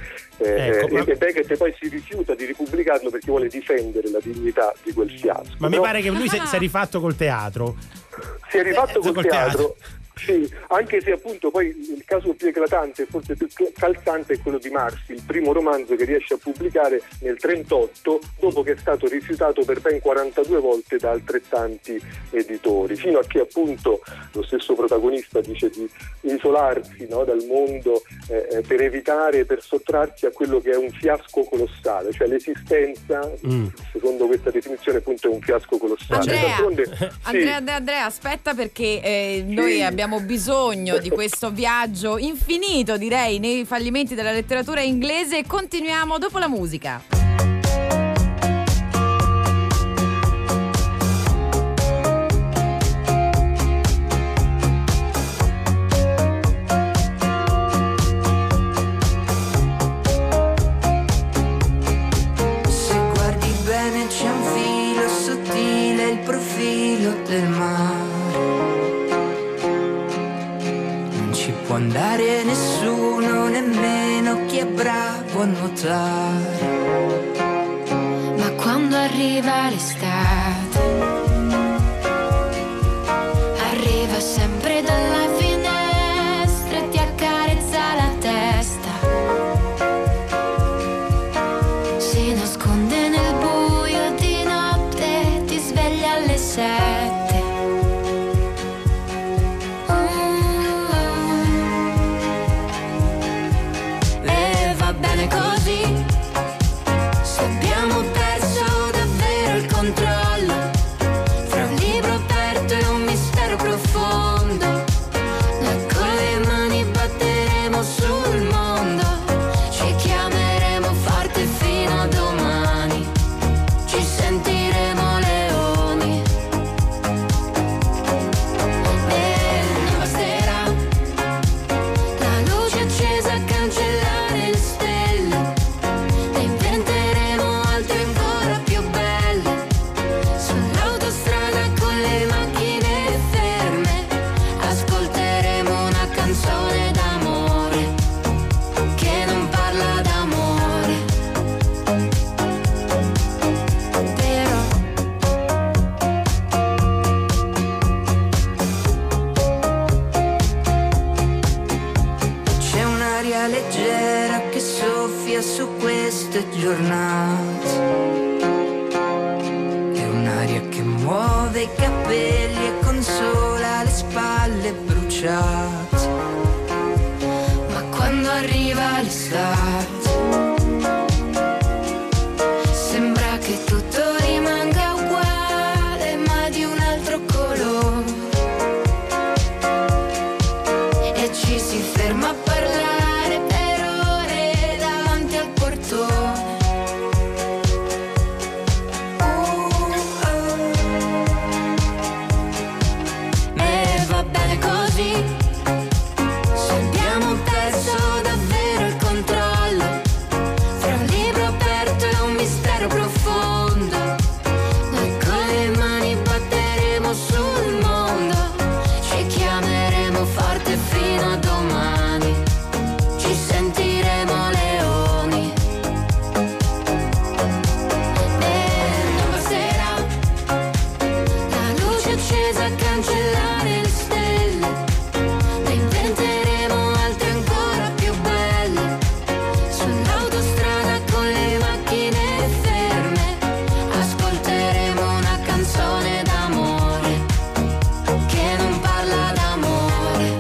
e Beckett poi si rifiuta di ripubblicarlo perché vuole difendere la dignità di quel fiasco. Ma mi pare che lui si è rifatto col teatro. Si è rifatto col teatro. Sì, anche se appunto poi il caso più eclatante e forse più calzante è quello di Marsi, il primo romanzo che riesce a pubblicare nel 1938, dopo che è stato rifiutato per ben 42 volte da altrettanti editori, fino a che appunto lo stesso protagonista dice di isolarsi, no, dal mondo per sottrarsi a quello che è un fiasco colossale, cioè l'esistenza, secondo questa definizione, appunto è un fiasco colossale. Andrea, aspetta, perché noi abbiamo bisogno di questo viaggio infinito, direi, nei fallimenti della letteratura inglese. Continuiamo dopo la musica. Se guardi bene c'è un filo sottile, il profilo del mare. Può andare nessuno, nemmeno chi è bravo a nuotare. arriva l'estate, arriva sempre dalla finestra e ti accarezza la testa, si nasconde nel buio di notte, ti sveglia alle 7. E va bene così, se abbiamo perso davvero il controllo, fra un libro aperto e un mistero profondo, noi con le mani batteremo sul mondo, ci chiameremo forte fino a domani, ci sentiremo leoni. E non basterà la luce accesa a cancellare le stelle, ne inventeremo altre ancora più belle, sull'autostrada con le macchine ferme, ascolteremo una canzone d'amore che non parla d'amore, però c'è un'aria leggera che soffia su queste giornate, è un'aria che muove i capelli e consola le spalle bruciate, ma quando arriva l'estate sembra che tutto rimanga uguale ma di un altro colore, e ci si ferma a parlare per ore davanti al portone. E va bene così, se abbiamo perso davvero il controllo, fra un libro aperto e un mistero profondo, noi con le mani batteremo sul mondo, ci chiameremo forte fino a domani, ci sentiremo leoni. E non basterà la luce accesa a cancellare le stelle, ne inventeremo altre ancora più belle, sull'autostrada con le macchine ferme, ascolteremo una canzone d'amore che non parla d'amore.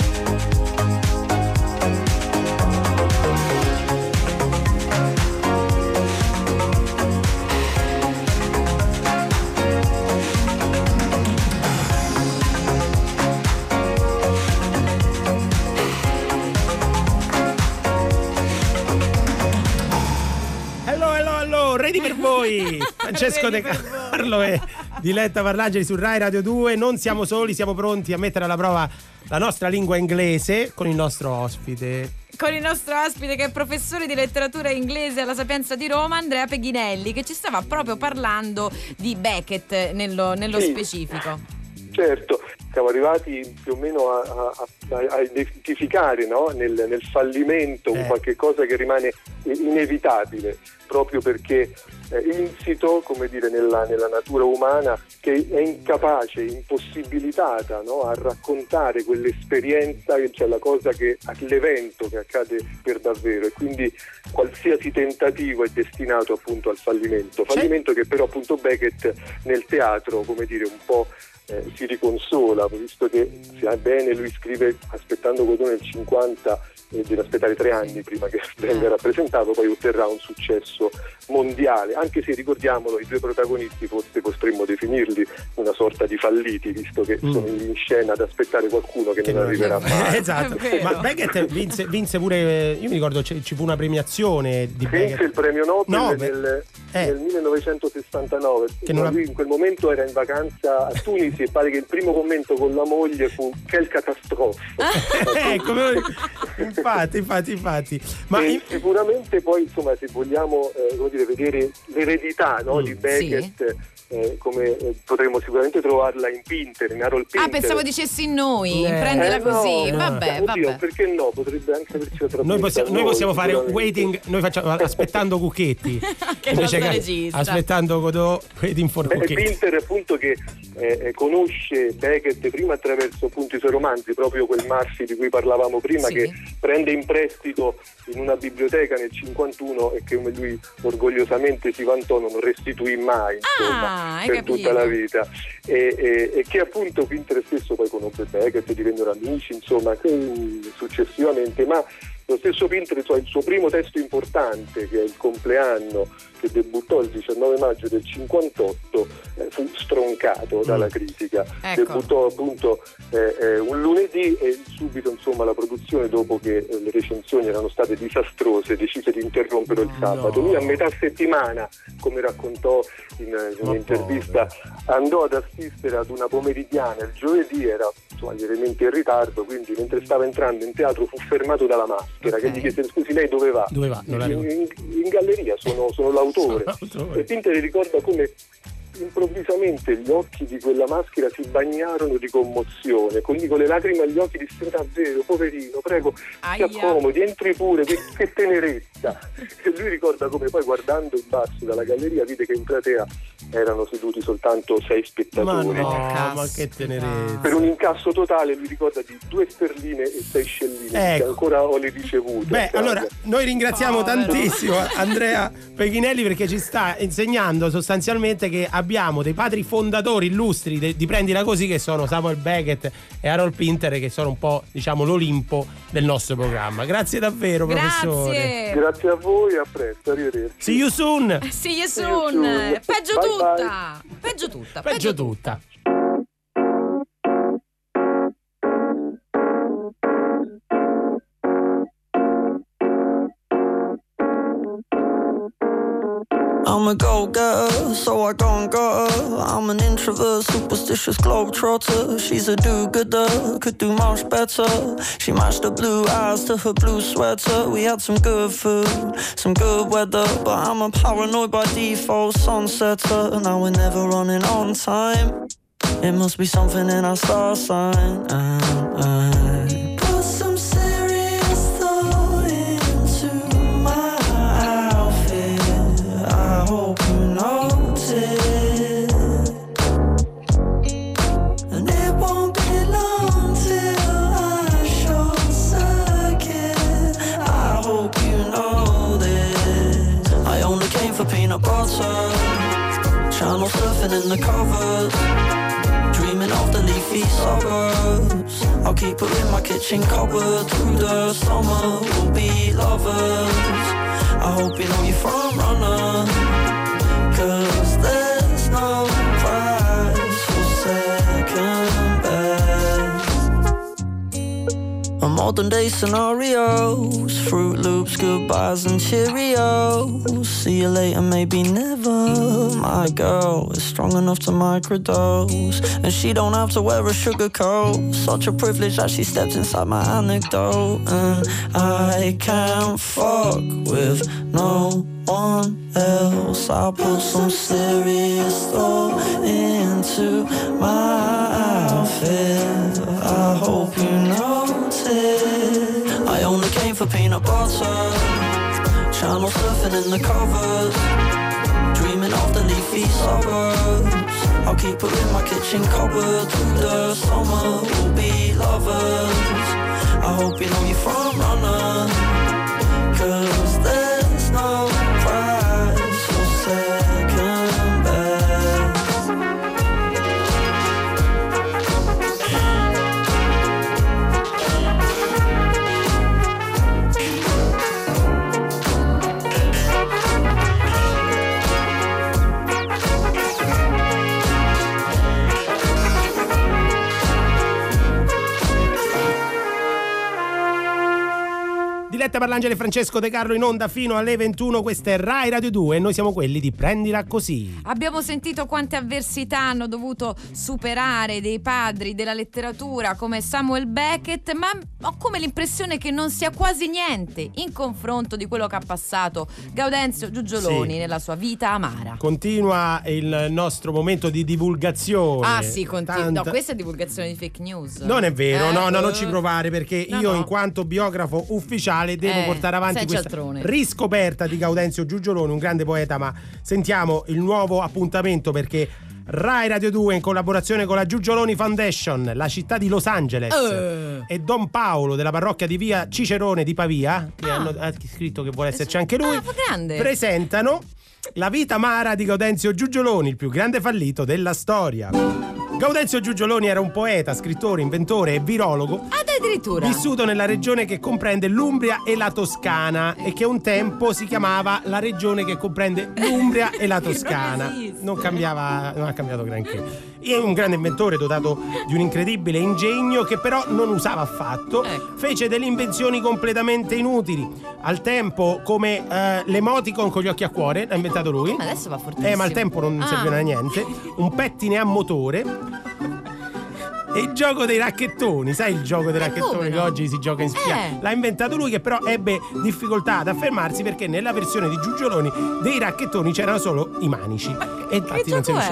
Hello, ready per voi! Francesco De Carlo e Diletta Parlangeli su Rai Radio 2. Non siamo soli, siamo pronti a mettere alla prova la nostra lingua inglese con il nostro ospite. Con il nostro ospite che è professore di letteratura inglese alla Sapienza di Roma, Andrea Peghinelli, che ci stava proprio parlando di Beckett nello Sì. specifico. Certo, siamo arrivati più o meno a identificare, no? nel fallimento un qualche cosa che rimane inevitabile, proprio perché insito, come dire, nella natura umana, che è incapace, impossibilitata, no? a raccontare quell'esperienza, cioè l'evento che accade per davvero, e quindi qualsiasi tentativo è destinato appunto al fallimento che però appunto Beckett nel teatro, come dire, un po' si riconsola, visto che sia bene, lui scrive aspettando Godot nel 50 e deve aspettare 3 anni prima che venga rappresentato, poi otterrà un successo mondiale, anche se, ricordiamolo, i due protagonisti forse potremmo definirli una sorta di falliti, visto che sono in scena ad aspettare qualcuno che non arriverà mai. Esatto. Ma Beckett vinse pure, io mi ricordo ci fu una premiazione di Beckett. Vinse il premio Nobel nel 1969. Lui in quel momento era in vacanza a Tunisi e pare che il primo commento con la moglie fu "quelle catastrofe". Infatti. Ma sicuramente poi, insomma, se vogliamo vedere l'eredità, no, di Beckett, come potremmo sicuramente trovarla in Pinter, in Harold Pinter. Pensavo dicessi noi, prendila così. Vabbè. Perché no? Potrebbe anche averci noi possiamo fare waiting, noi facciamo aspettando Cucchetti invece aspettando Godot Waiting for Coquette. Pinter appunto che conosce Beckett prima attraverso appunto i suoi romanzi, proprio quel Murphy di cui parlavamo prima, che prende in prestito in una biblioteca nel 51 e che lui orgogliosamente si vantò non restituì mai, insomma, per tutta la vita, e che appunto Pinter stesso poi conobbe Beckett, divennero amici, insomma, successivamente, ma lo stesso Pinter, il suo primo testo importante, che è Il compleanno, che debuttò il 19 maggio del 58, fu stroncato dalla critica. Debuttò appunto un lunedì e subito, insomma, la produzione, dopo che le recensioni erano state disastrose, decise di interrompere il sabato. Lui a metà settimana, come raccontò in un'intervista, andò ad assistere ad una pomeridiana il giovedì, era lievemente in ritardo, quindi mentre stava entrando in teatro fu fermato dalla maschera, che gli chiese: scusi, lei dove va? In galleria, sono l'autore. E Pinter ricorda come improvvisamente gli occhi di quella maschera si bagnarono di commozione, con le lacrime agli occhi disse: davvero, poverino, prego, si accomodi, entri pure, che tenerezza. E lui ricorda come poi, guardando in basso dalla galleria, vide che in platea erano seduti soltanto 6 spettatori. Ma che tenerezza. Per un incasso totale, lui ricorda di 2 sterline e 6 scellini, che ancora ho le ricevute. Allora noi ringraziamo tantissimo Andrea Pechinelli, perché ci sta insegnando sostanzialmente che abbiamo dei padri fondatori illustri di Prendila Così, che sono Samuel Beckett e Harold Pinter, che sono un po', diciamo, l'Olimpo del nostro programma. Grazie davvero, professore. Grazie a voi, a presto, arrivederci. See you soon. Peggio tutta. I'm a go-getter, so I go and got her. I'm an introvert, superstitious globetrotter. She's a do-gooder, could do much better. She matched her blue eyes to her blue sweater. We had some good food, some good weather, but I'm a paranoid by default sunsetter. Now we're never running on time. It must be something in our star sign. Put some serious thought into my outfit. I hope you notice. And it won't be long till I short circuit. I hope you know this. I only came for peanut butter, channel surfing in the covers, dreaming of the leafy suburbs. I'll keep her in my kitchen cupboard. Through the summer we'll be lovers. I hope you know you're front runner, 'cause there's no prize for second best. A modern day scenarios, Fruit Loops, goodbyes and Cheerios. See you later, maybe never. My girl is strong enough to microdose, and she don't have to wear a sugar coat. Such a privilege that she stepped inside my anecdote. And I can't fuck with no one else. I put some serious thought into my outfit. I hope you notice. I only came for peanut butter, channel surfing in the covers, dreaming of the leafy suburbs. I'll keep her in my kitchen cupboard. Through the summer we'll be lovers. I hope you know you're front runner, 'cause there's no prize for second best. Diletta Parlangeli e Francesco De Carlo in onda fino alle 21. Questa è Rai Radio 2 e noi siamo quelli di Prendila Così. Abbiamo sentito quante avversità hanno dovuto superare dei padri della letteratura come Samuel Beckett, ma ho come l'impressione che non sia quasi niente in confronto di quello che ha passato Gaudenzio Giugioloni nella sua vita amara. Continua il nostro momento di divulgazione. Ah sì, continua. No, questa è divulgazione di fake news. Non è vero, no, non ci provare, perché io in quanto biografo ufficiale devo portare avanti questa riscoperta di Gaudenzio Giugioloni, un grande poeta, ma sentiamo il nuovo appuntamento, perché Rai Radio 2 in collaborazione con la Giugioloni Foundation, la città di Los Angeles e Don Paolo della parrocchia di via Cicerone di Pavia, che ha scritto che vuole esserci anche lui, presentano La vita amara di Gaudenzio Giugioloni, il più grande fallito della storia. Gaudenzio Giugioloni era un poeta, scrittore, inventore e virologo, addirittura vissuto nella regione che comprende l'Umbria e la Toscana e che un tempo si chiamava la regione che comprende l'Umbria e la Toscana. Non ha cambiato granché. È un grande inventore dotato di un incredibile ingegno che però non usava affatto. Fece delle invenzioni completamente inutili. Al tempo, come l'emoticon con gli occhi a cuore, l'ha inventato lui. Ma adesso va fortissimo. Ma al tempo non serviva a niente. Un pettine a motore. E il gioco dei racchettoni, sai il gioco dei racchettoni che oggi si gioca in spiaggia? L'ha inventato lui, che però ebbe difficoltà ad affermarsi perché nella versione di Giugioloni dei racchettoni c'erano solo i manici. E infatti non si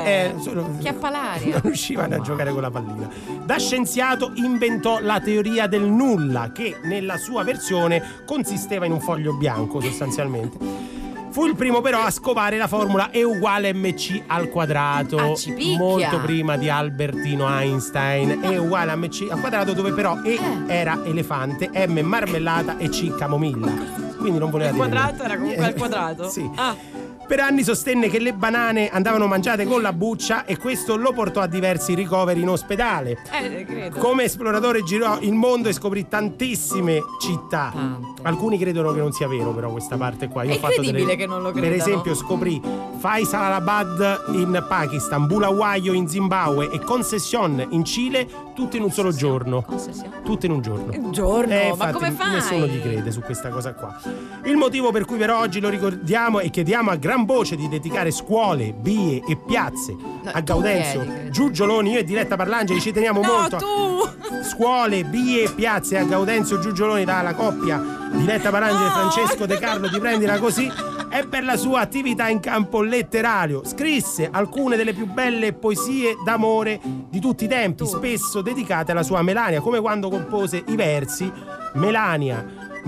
non riuscivano a giocare con la pallina. Da scienziato inventò la teoria del nulla, che nella sua versione consisteva in un foglio bianco sostanzialmente. Fu il primo però a scovare la formula E uguale mc al quadrato, molto prima di Albertino Einstein. E uguale a mc al quadrato, dove però E era elefante, M marmellata e C camomilla. Quindi non voleva dire il quadrato era comunque al quadrato? Sì. Per anni sostenne che le banane andavano mangiate con la buccia e questo lo portò a diversi ricoveri in ospedale. Credo. Come esploratore girò il mondo e scoprì tantissime città. Alcuni credono che non sia vero, però questa parte qua. Io è incredibile che non lo credano. Per esempio scoprì Faisalabad in Pakistan, Bulawayo in Zimbabwe e Concession in Cile, tutte in un solo giorno. Tutte in un giorno. Un giorno? Ma come fai? Nessuno gli crede su questa cosa qua. Il motivo per cui però oggi lo ricordiamo e chiediamo a gran voce di dedicare scuole, vie e piazze a Gaudenzio Giugioloni. Io e Diletta Parlangeli ci teniamo molto. Scuole, vie e piazze a Gaudenzio Giugioloni, dalla coppia Diletta Parlangeli e Francesco De Carlo di Prendila Così, e per la sua attività in campo letterario. Scrisse alcune delle più belle poesie d'amore di tutti i tempi, spesso dedicate alla sua Melania, come quando compose i versi Melania,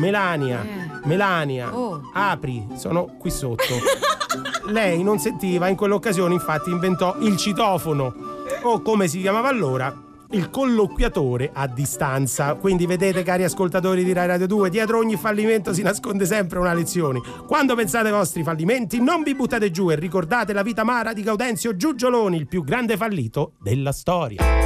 apri, sono qui sotto. Lei non sentiva, in quell'occasione infatti inventò il citofono, o come si chiamava allora, il colloquiatore a distanza. Quindi vedete, cari ascoltatori di Rai Radio 2, dietro ogni fallimento si nasconde sempre una lezione. Quando pensate ai vostri fallimenti non vi buttate giù e ricordate la vita amara di Gaudenzio Giugioloni, il più grande fallito della storia.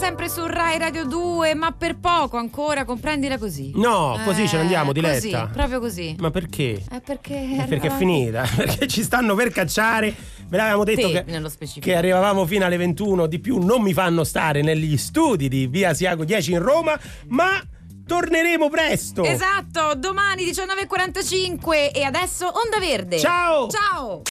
sempre su Rai Radio 2, ma per poco ancora, comprendila così. No, così ce ne andiamo, Diletta. Così, proprio così. Ma perché? Perché Perché è finita, perché ci stanno per cacciare. Ve l'avevamo detto nello specifico, che arrivavamo fino alle 21, di più non mi fanno stare negli studi di Via Asiago 10 in Roma, ma torneremo presto. Esatto, domani 19:45 e adesso Onda Verde. Ciao! Ciao!